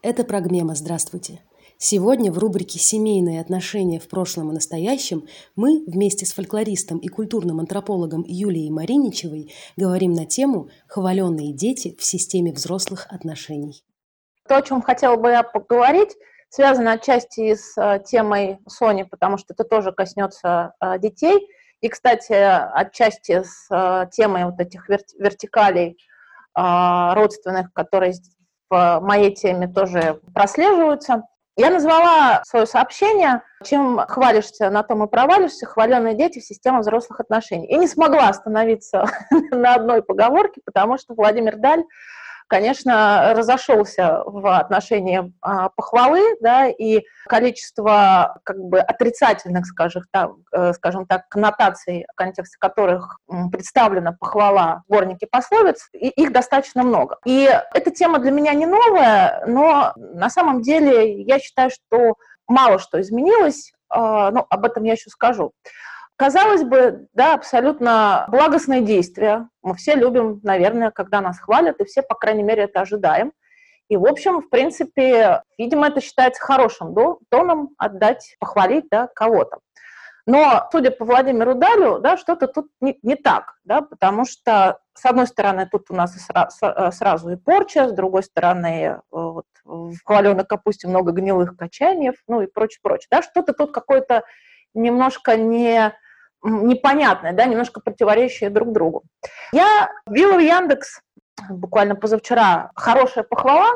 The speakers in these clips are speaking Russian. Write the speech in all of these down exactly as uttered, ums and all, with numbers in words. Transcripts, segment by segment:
Это Прогмема, здравствуйте. Сегодня в рубрике «Семейные отношения в прошлом и настоящем» мы вместе с фольклористом и культурным антропологом Юлией Мариничевой говорим на тему «Хваленые дети в системе взрослых отношений». То, о чем хотела бы я поговорить, связано отчасти с темой Сони, потому что это тоже коснется детей. И, кстати, отчасти с темой вот этих вертикалей родственных, которые в моей теме тоже прослеживаются. Я назвала свое сообщение «Чем хвалишься, на том и провалишься. Хваленые дети в системе взрослых отношений». И не смогла остановиться на одной поговорке, потому что Владимир Даль, конечно, разошелся в отношении а, похвалы, да, и количество как бы отрицательных, скажем так, скажем так, коннотаций, в контексте которых представлена похвала в сборнике пословиц, и их достаточно много. И эта тема для меня не новая, но на самом деле я считаю, что мало что изменилось, а, ну, об этом я еще скажу. Казалось бы, да, абсолютно благостные действия. Мы все любим, наверное, когда нас хвалят, и все, по крайней мере, это ожидаем. И, в общем, в принципе, видимо, это считается хорошим тоном отдать, похвалить, да, кого-то. Но, судя по Владимиру Далю, да, что-то тут не, не так, да, потому что, с одной стороны, тут у нас и сра- сразу и порча, с другой стороны, вот, в хваленой капусте много гнилых качаниев, ну и прочее, прочее. Да, что-то тут какое-то немножко не... непонятное, да, немножко противоречащее друг другу. Я вбила в Яндекс буквально позавчера «хорошая похвала»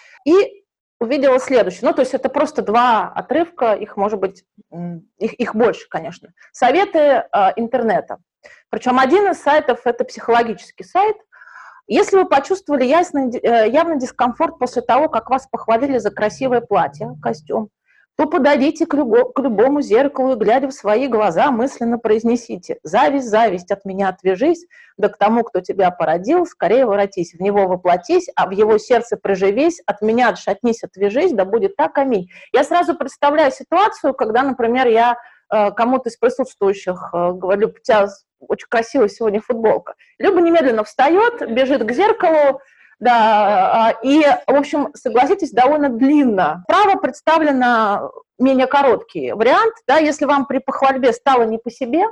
и увидела следующее. Ну, то есть это просто два отрывка, их может быть, их, их больше, конечно. Советы э, интернета. Причем один из сайтов – это психологический сайт. Если вы почувствовали ясный, э, явный дискомфорт после того, как вас похвалили за красивое платье, костюм, то подойдите к, любо, к любому зеркалу и, глядя в свои глаза, мысленно произнесите: «Зависть, зависть, от меня отвяжись, да к тому, кто тебя породил, скорее воротись, в него воплотись, а в его сердце приживись, от меня отшатнись, отвяжись, да будет так, аминь». Я сразу представляю ситуацию, когда, например, я э, кому-то из присутствующих э, говорю: «У тебя очень красивая сегодня футболка». Люба немедленно встает, бежит к зеркалу, да, и, в общем, согласитесь, довольно длинно. Справа представлено менее короткий вариант, да, если вам при похвальбе стало не по себе,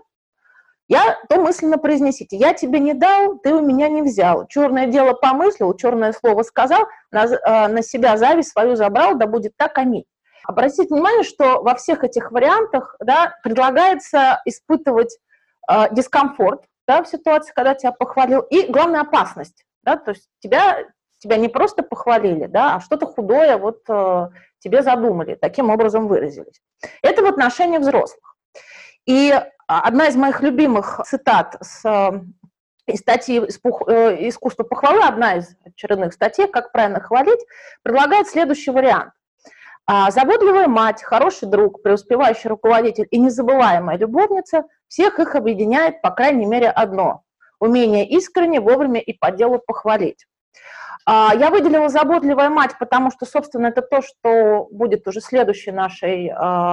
я, то мысленно произнесите: «Я тебе не дал, ты у меня не взял. Черное дело помыслил, черное слово сказал, на, на себя зависть свою забрал, да будет так, аминь». Обратите внимание, что во всех этих вариантах, да, предлагается испытывать э, дискомфорт, да, в ситуации, когда тебя похвалил, и, главное, опасность. Да, то есть тебя, тебя не просто похвалили, да, а что-то худое вот, э, тебе задумали, таким образом выразились. Это в отношении взрослых. И одна из моих любимых цитат с, из статьи «Искусство похвалы», одна из очередных статей «Как правильно хвалить», предлагает следующий вариант. Заботливая мать, хороший друг, преуспевающий руководитель и незабываемая любовница – всех их объединяет, по крайней мере, одно – умение искренне, вовремя и по делу похвалить. Я выделила заботливая мать, потому что, собственно, это то, что будет уже следующей нашей,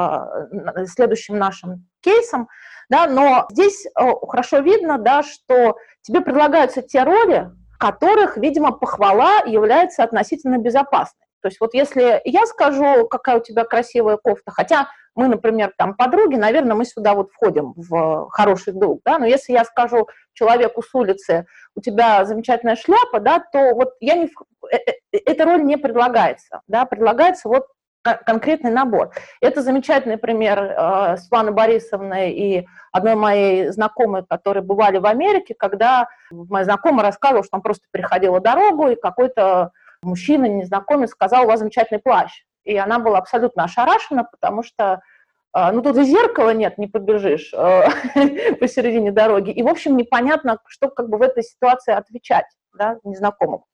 следующим нашим кейсом. Да, но здесь хорошо видно, да, что тебе предлагаются те роли, в которых, видимо, похвала является относительно безопасной. То есть вот если я скажу, какая у тебя красивая кофта, хотя мы, например, там подруги, наверное, мы сюда вот входим в хороший друг, да, но если я скажу человеку с улицы: у тебя замечательная шляпа, да, то вот я не, эта роль не предлагается, да, предлагается вот конкретный набор. Это замечательный пример э, Светланы Борисовны и одной моей знакомой, которые бывали в Америке, когда моя знакомая рассказывала, что она просто переходила дорогу, и какой-то мужчина, незнакомец, сказал: «У вас замечательный плащ». И она была абсолютно ошарашена, потому что, ну, тут и зеркала нет, не побежишь посередине дороги. И, в общем, непонятно, что как бы в этой ситуации отвечать, да, незнакомому.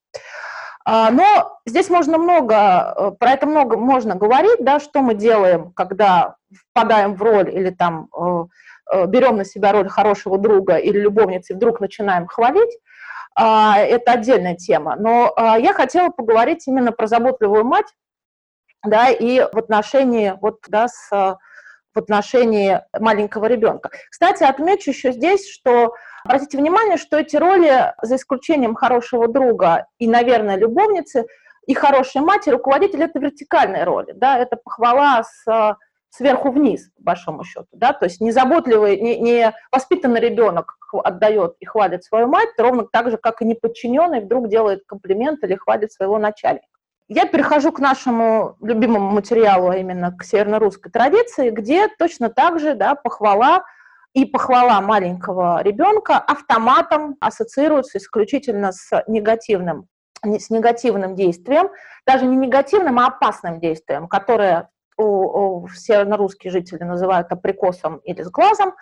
Но здесь можно много, про это много можно говорить, да, что мы делаем, когда впадаем в роль или там берем на себя роль хорошего друга или любовницы и вдруг начинаем хвалить. Это отдельная тема. Но я хотела поговорить именно про заботливую мать, да, и в отношении, вот, да, с, в отношении маленького ребенка. Кстати, отмечу еще здесь, что обратите внимание, что эти роли, за исключением хорошего друга и, наверное, любовницы, и хорошая мать, и руководитель – это вертикальные роли, да, это похвала с, сверху вниз, по большому счету, да, то есть незаботливый, не, не воспитанный ребенок отдает и хвалит свою мать, ровно так же, как и неподчиненный вдруг делает комплимент или хвалит своего начальника. Я перехожу к нашему любимому материалу, а именно к северно-русской традиции, где точно так же, да, похвала и похвала маленького ребенка автоматом ассоциируются исключительно с негативным, с негативным действием, даже не негативным, а опасным действием, которое у, у северно-русские жители называют априкосом или с глазом,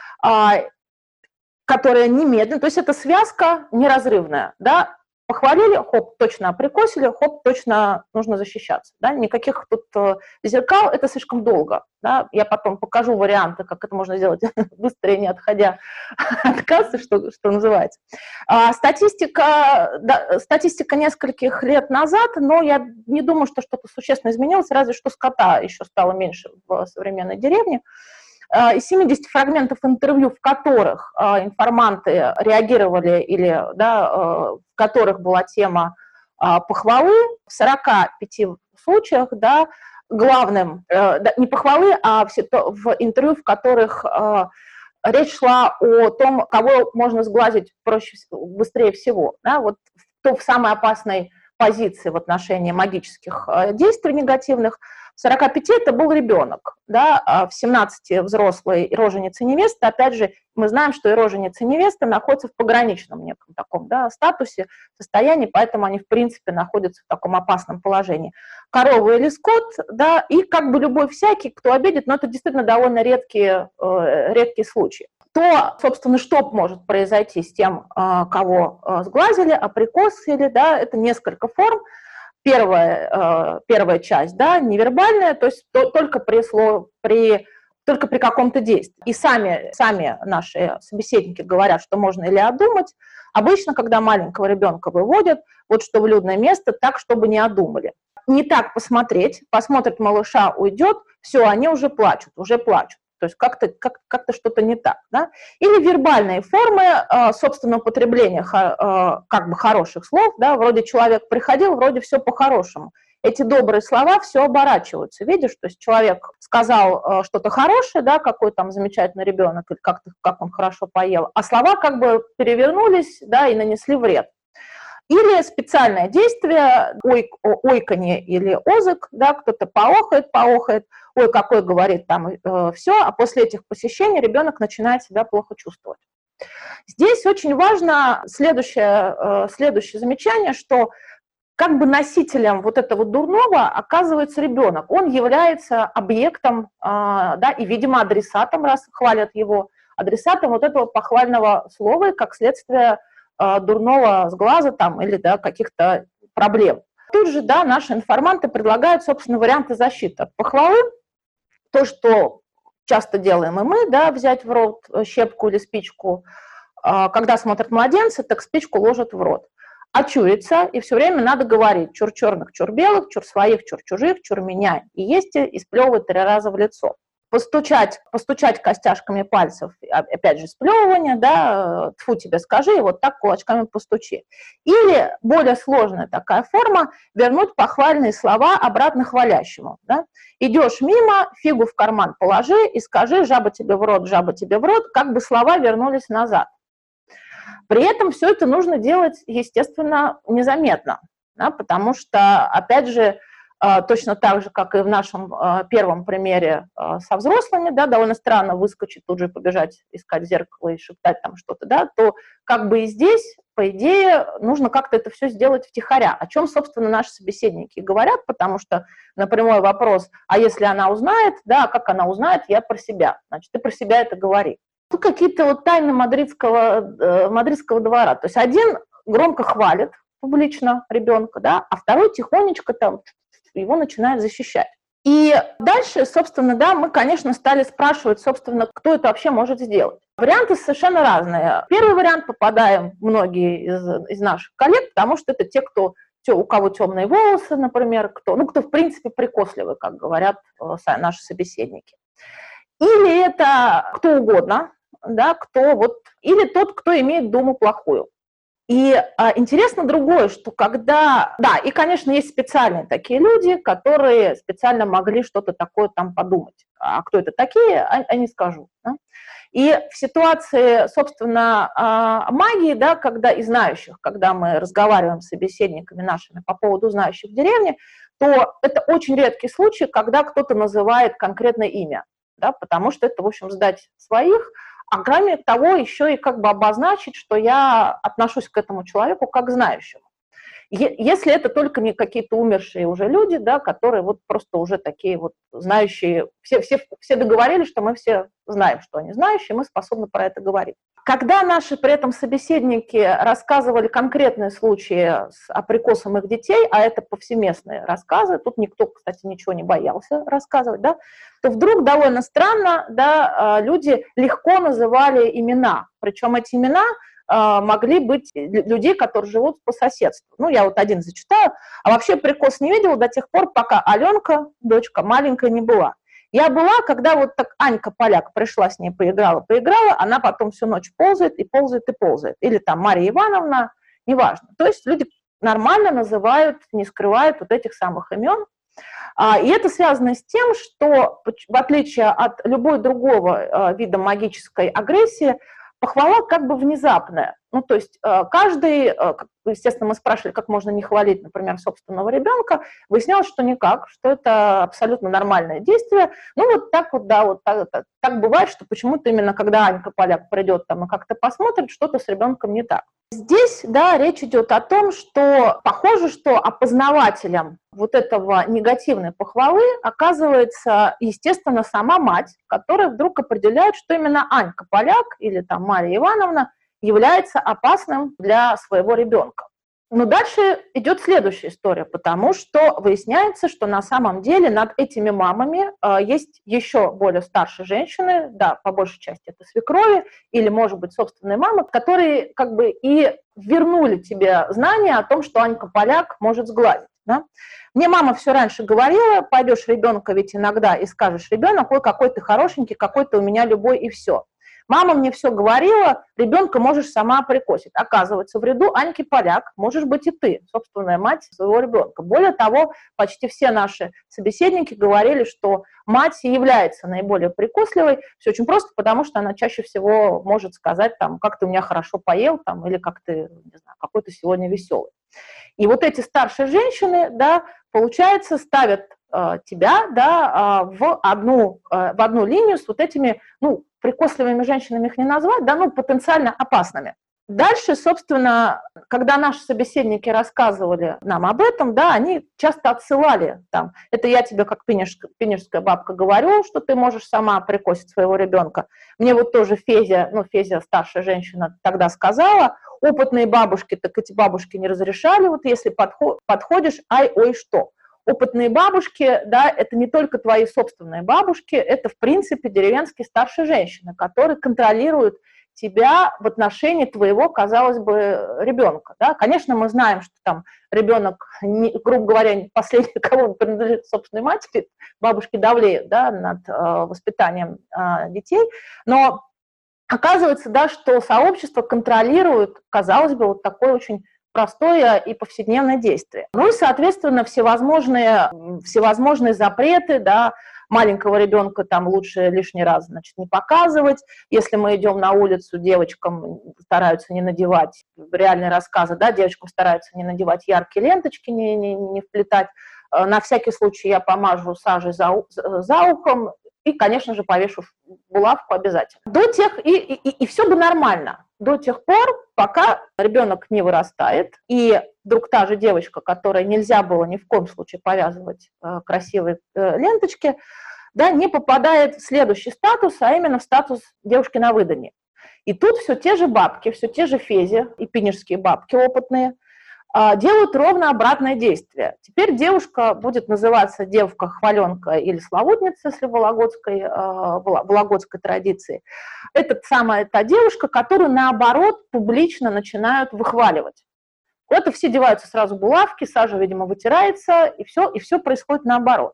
которая немедленно, то есть это связка неразрывная, да, похвалили, хоп, точно оприкосили, хоп, точно нужно защищаться, да, никаких тут зеркал, это слишком долго, да, я потом покажу варианты, как это можно сделать быстрее, не отходя от кассы, что, что называется. А, статистика, да, статистика нескольких лет назад, но я не думаю, что что-то существенно изменилось, разве что скота еще стало меньше в современной деревне. Из семидесяти фрагментов интервью, в которых э, информанты реагировали или да, э, в которых была тема э, похвалы, в сорока пяти случаях да, главным, э, да, не похвалы, а все то, в интервью, в которых э, речь шла о том, кого можно сглазить проще, быстрее всего. Да, вот то в самой опасной позиции в отношении магических э, действий негативных, в сорока пяти это был ребенок, да, а в семнадцати взрослой роженицы невесты, опять же, мы знаем, что и роженица невесты находятся в пограничном неком таком да, статусе, состоянии, поэтому они, в принципе, находятся в таком опасном положении. Корова или скот, да, и как бы любой всякий, кто обидит, но это действительно довольно редкие, э, редкие случаи. То, собственно, что может произойти с тем, кого сглазили, априкосили, да, это несколько форм. Первая, первая часть, да, невербальная, то есть то, только, при, при, только при каком-то действии. И сами, сами наши собеседники говорят, что можно или одумать. Обычно, когда маленького ребенка выводят, вот что в людное место, так, чтобы не одумали. Не так посмотреть, посмотрит малыша, уйдет, все, они уже плачут, уже плачут. То есть как-то как, как-то что-то не так. Да? Или вербальные формы э, собственного потребления э, как бы хороших слов, да, вроде человек приходил, вроде все по-хорошему. Эти добрые слова все оборачиваются. Видишь, то есть человек сказал э, что-то хорошее, да, какой там замечательный ребенок, или как, как он хорошо поел, а слова как бы перевернулись, да, и нанесли вред. Или специальное действие, ой, ойканье или озык, да, кто-то поохает, поохает, ой, какой говорит там э, все, а после этих посещений ребенок начинает себя плохо чувствовать. Здесь очень важно следующее, э, следующее замечание, что как бы носителем вот этого дурного оказывается ребенок. Он является объектом, э, да, и, видимо, адресатом, раз хвалят его, адресатом вот этого похвального слова, и как следствие дурного сглаза там, или да, каких-то проблем. Тут же да, наши информанты предлагают, собственно, варианты защиты от похвалы. То, что часто делаем и мы, да, взять в рот щепку или спичку. Когда смотрят младенца, так спичку ложат в рот. Очурится, и все время надо говорить чур черных, чур белых, чур своих, чур чужих, чур меня. И есть и сплевывать три раза в лицо. Постучать, постучать костяшками пальцев, опять же, сплевывание, да, тьфу тебе скажи, и вот так кулачками постучи. Или более сложная такая форма, вернуть похвальные слова обратно хвалящему. Да. Идешь мимо, фигу в карман положи и скажи жаба тебе в рот, жаба тебе в рот, как бы слова вернулись назад. При этом все это нужно делать, естественно, незаметно, да, потому что, опять же, точно так же, как и в нашем первом примере со взрослыми, да, довольно странно выскочить, тут же побежать, искать зеркало и шептать там что-то, да, то как бы и здесь, по идее, нужно как-то это все сделать втихаря, о чем, собственно, наши собеседники говорят, потому что на прямой вопрос, а если она узнает, да, как она узнает, я про себя, значит, ты про себя это говори. Тут какие-то вот тайны мадридского, мадридского двора, то есть один громко хвалит публично ребенка, да, а второй тихонечко там его начинает защищать. И дальше, собственно, да, мы, конечно, стали спрашивать, собственно, кто это вообще может сделать. Варианты совершенно разные. Первый вариант попадаем многие из, из наших коллег, потому что это те, кто, те, у кого темные волосы, например, кто, ну, кто, в принципе, прикосливый, как говорят наши собеседники. Или это кто угодно, да, кто вот, или тот, кто имеет думу плохую. И а, интересно другое, что когда... Да, и, конечно, есть специальные такие люди, которые специально могли что-то такое там подумать. А кто это такие, а, а не скажу. Да? И в ситуации, собственно, а, магии, да, когда и знающих, когда мы разговариваем с собеседниками нашими по поводу знающих в деревне, то это очень редкий случай, когда кто-то называет конкретное имя, да, потому что это, в общем, сдать своих, а кроме того, еще и как бы обозначить, что я отношусь к этому человеку как к знающему. Если это только не какие-то умершие уже люди, да, которые вот просто уже такие вот знающие, все, все, все договорились, что мы все знаем, что они знающие, мы способны про это говорить. Когда наши при этом собеседники рассказывали конкретные случаи с априкосом их детей, а это повсеместные рассказы, тут никто, кстати, ничего не боялся рассказывать, да, то вдруг довольно странно, да, люди легко называли имена, причем эти имена могли быть людей, которые живут по соседству. Ну, я вот один зачитаю. А вообще прикос не видела до тех пор, пока Аленка, дочка маленькая, не была. Я была, когда вот так Анька Поляк пришла с ней, поиграла, поиграла, она потом всю ночь ползает и ползает и ползает. Или там Мария Ивановна, неважно. То есть люди нормально называют, не скрывают вот этих самых имен. И это связано с тем, что в отличие от любой другого вида магической агрессии, похвала как бы внезапная. Ну, то есть каждый, естественно, мы спрашивали, как можно не хвалить, например, собственного ребенка, выяснялось, что никак, что это абсолютно нормальное действие. Ну, вот так вот, да, вот так, так, так бывает, что почему-то именно когда Анька Поляк придет там и как-то посмотрит, что-то с ребенком не так. Здесь, да, речь идет о том, что похоже, что опознавателем вот этого негативной похвалы оказывается, естественно, сама мать, которая вдруг определяет, что именно Анька Поляк или там Мария Ивановна является опасным для своего ребенка. Но дальше идет следующая история, потому что выясняется, что на самом деле над этими мамами э, есть еще более старшие женщины, да, по большей части это свекрови или, может быть, собственные мамы, которые как бы и вернули тебе знание о том, что Анька Поляк может сглазить. Да? Мне мама все раньше говорила, пойдешь ребенка ведь иногда и скажешь: ребенок, ой, какой ты хорошенький, какой ты у меня любой, и все. Мама мне все говорила, ребенка можешь сама прикосить. Оказывается, в ряду Аньки Поляк можешь быть и ты, собственная мать своего ребенка. Более того, почти все наши собеседники говорили, что мать является наиболее прикосливой. Все очень просто, потому что она чаще всего может сказать, там, как ты у меня хорошо поел, там, или как ты, не знаю, какой ты сегодня веселый. И вот эти старшие женщины, да, получается, ставят э, тебя, да, э, в, одну, э, в одну линию с вот этими, ну, прикосливыми женщинами их не назвать, да, ну, потенциально опасными. Дальше, собственно, когда наши собеседники рассказывали нам об этом, да, они часто отсылали там, это я тебе как пенежская, пенежская бабка говорю, что ты можешь сама прикосить своего ребенка. Мне вот тоже Фезя, ну, Фезя, старшая женщина, тогда сказала, опытные бабушки, так эти бабушки не разрешали, вот если подход, подходишь, ай, ой, что. Опытные бабушки, да, это не только твои собственные бабушки, это, в принципе, деревенские старшие женщины, которые контролируют тебя в отношении твоего, казалось бы, ребенка. Да? Конечно, мы знаем, что там ребенок, не, грубо говоря, последний, кого принадлежит собственной матери, бабушки давлеют, да, над э, воспитанием э, детей, но оказывается, да, что сообщество контролирует, казалось бы, вот такое очень простое и повседневное действие. Ну и, соответственно, всевозможные, всевозможные запреты, да, маленького ребенка там лучше лишний раз, значит, не показывать. Если мы идем на улицу, девочкам стараются не надевать, реальные рассказы, да, девочкам стараются не надевать яркие ленточки, не, не, не вплетать. На всякий случай я помажу сажей за, за ухом и, конечно же, повешу булавку обязательно. До тех, и, и, и все бы нормально. До тех пор, пока ребенок не вырастает, и вдруг та же девочка, которой нельзя было ни в коем случае повязывать э, красивые э, ленточки, да, не попадает в следующий статус, а именно в статус девушки на выданье. И тут все те же бабки, все те же Фези и пинежские бабки опытные э, делают ровно обратное действие. Теперь девушка будет называться девка-хваленка или славутница, если в вологодской, э, вологодской традиции. Это самая та девушка, которую, наоборот, публично начинают выхваливать. Это все деваются сразу булавки, сажа, видимо, вытирается, и все, и все происходит наоборот.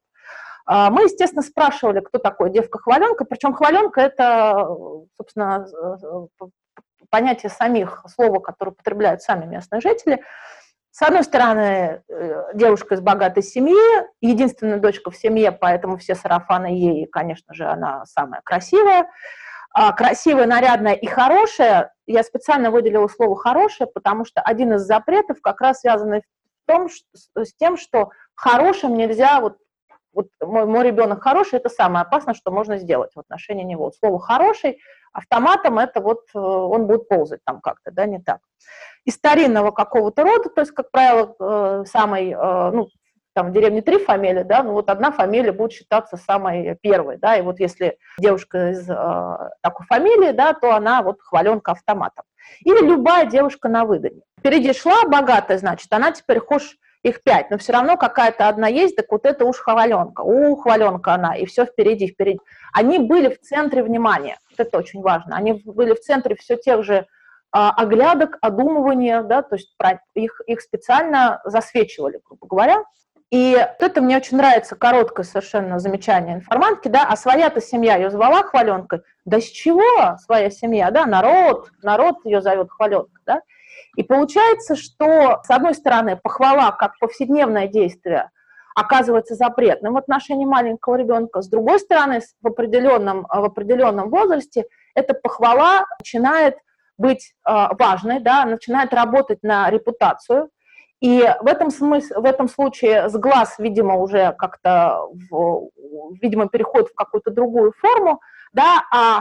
Мы, естественно, спрашивали, кто такой девка-хваленка, причем хваленка – это, собственно, понятие самих слова, которое употребляют сами местные жители. С одной стороны, девушка из богатой семьи, единственная дочка в семье, поэтому все сарафаны ей, и, конечно же, она самая красивая. Красивая, нарядная и хорошая. Я специально выделила слово «хорошая», потому что один из запретов как раз связан в том, что, с тем, что хорошим нельзя, вот, вот мой, мой ребенок хороший, это самое опасное, что можно сделать в отношении него. Вот слово «хороший» автоматом это вот он будет ползать там как-то, да, не так. Из старинного какого-то рода, то есть, как правило, самый, ну, там в деревне три фамилии, да, ну вот одна фамилия будет считаться самой первой, да, и вот если девушка из э, такой фамилии, да, то она вот хваленка автоматом. Или любая девушка на выдане. Впереди шла богатая, значит, она теперь хочешь их пять, но все равно какая-то одна есть, так вот это уж хваленка, у, хваленка она, и все впереди, впереди. Они были в центре внимания, это очень важно, они были в центре все тех же оглядок, одумывания, да, то есть их, их специально засвечивали, грубо говоря. И вот это мне очень нравится, короткое совершенно замечание информантки, да, а своя-то семья ее звала хваленкой, да с чего своя семья, да, народ, народ ее зовет хваленкой, да. И получается, что, с одной стороны, похвала как повседневное действие оказывается запретным в отношении маленького ребенка, с другой стороны, в определенном, в определенном возрасте эта похвала начинает быть э, важной, да, начинает работать на репутацию. И в этом, смысле, в этом случае с глаз, видимо, уже как-то, в, видимо, переходит в какую-то другую форму, да, а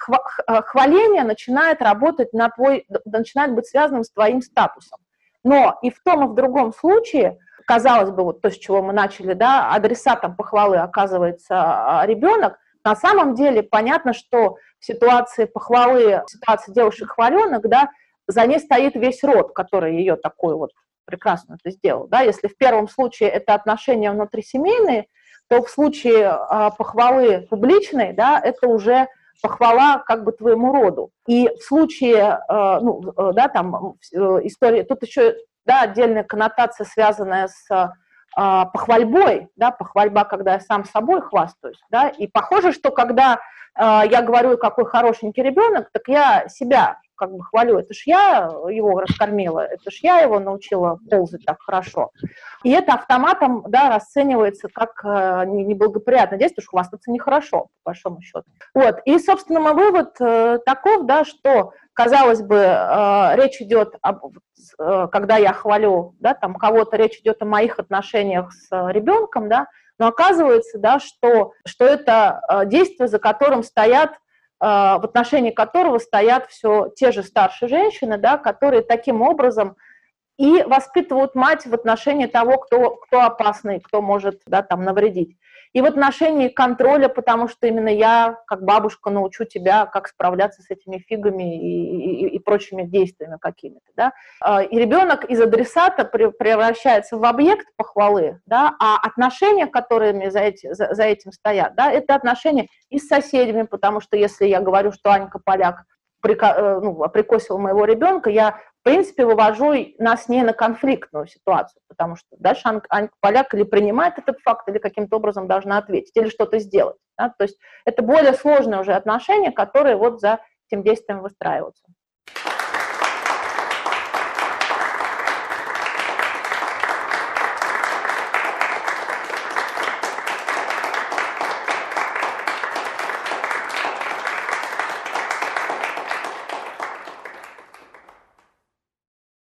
хваление начинает работать на твой, начинает быть связанным с твоим статусом. Но и в том, и в другом случае, казалось бы, вот то, с чего мы начали, да, адресатом похвалы оказывается ребенок, на самом деле понятно, что в ситуации похвалы, в ситуации девушек-хваленок, да, за ней стоит весь род, который ее такой вот прекрасно это сделал. Да? Если в первом случае это отношения внутрисемейные, то в случае э, похвалы публичной, да, это уже похвала как бы твоему роду. И в случае, э, ну, э, да, там, э, истории, тут еще, да, отдельная коннотация, связанная с э, похвальбой, да, похвальба, когда я сам собой хвастаюсь, да, и похоже, что когда э, я говорю, какой хорошенький ребенок, так я себя как бы хвалю, это ж я его раскормила, это ж я его научила ползать так хорошо. И это автоматом, да, расценивается как э, неблагоприятное действие, что хвастаться нехорошо, по большому счету. Вот. И, собственно, мой вывод э, таков, да, что, казалось бы, э, речь идет, об, э, когда я хвалю, да, там, кого-то, речь идет о моих отношениях с э, ребенком, да, но оказывается, да, что, что это э, действие, за которым стоят, в отношении которого стоят все те же старшие женщины, да, которые таким образом и воспитывают мать в отношении того, кто, кто опасный, кто может, да, там, навредить. И в отношении контроля, потому что именно я, как бабушка, научу тебя, как справляться с этими фигами и, и, и прочими действиями какими-то. Да? И ребенок из адресата превращается в объект похвалы, да? А отношения, которые за, эти, за, за этим стоят, да, это отношения и с соседями, потому что если я говорю, что Анька Поляк прика, ну, прикосила моего ребенка, я в принципе, вывожу нас не на конфликтную ситуацию, потому что дальше Анька Поляк или принимает этот факт, или каким-то образом должна ответить, или что-то сделать. Да? То есть это более сложные уже отношения, которые вот за этим действием выстраиваются.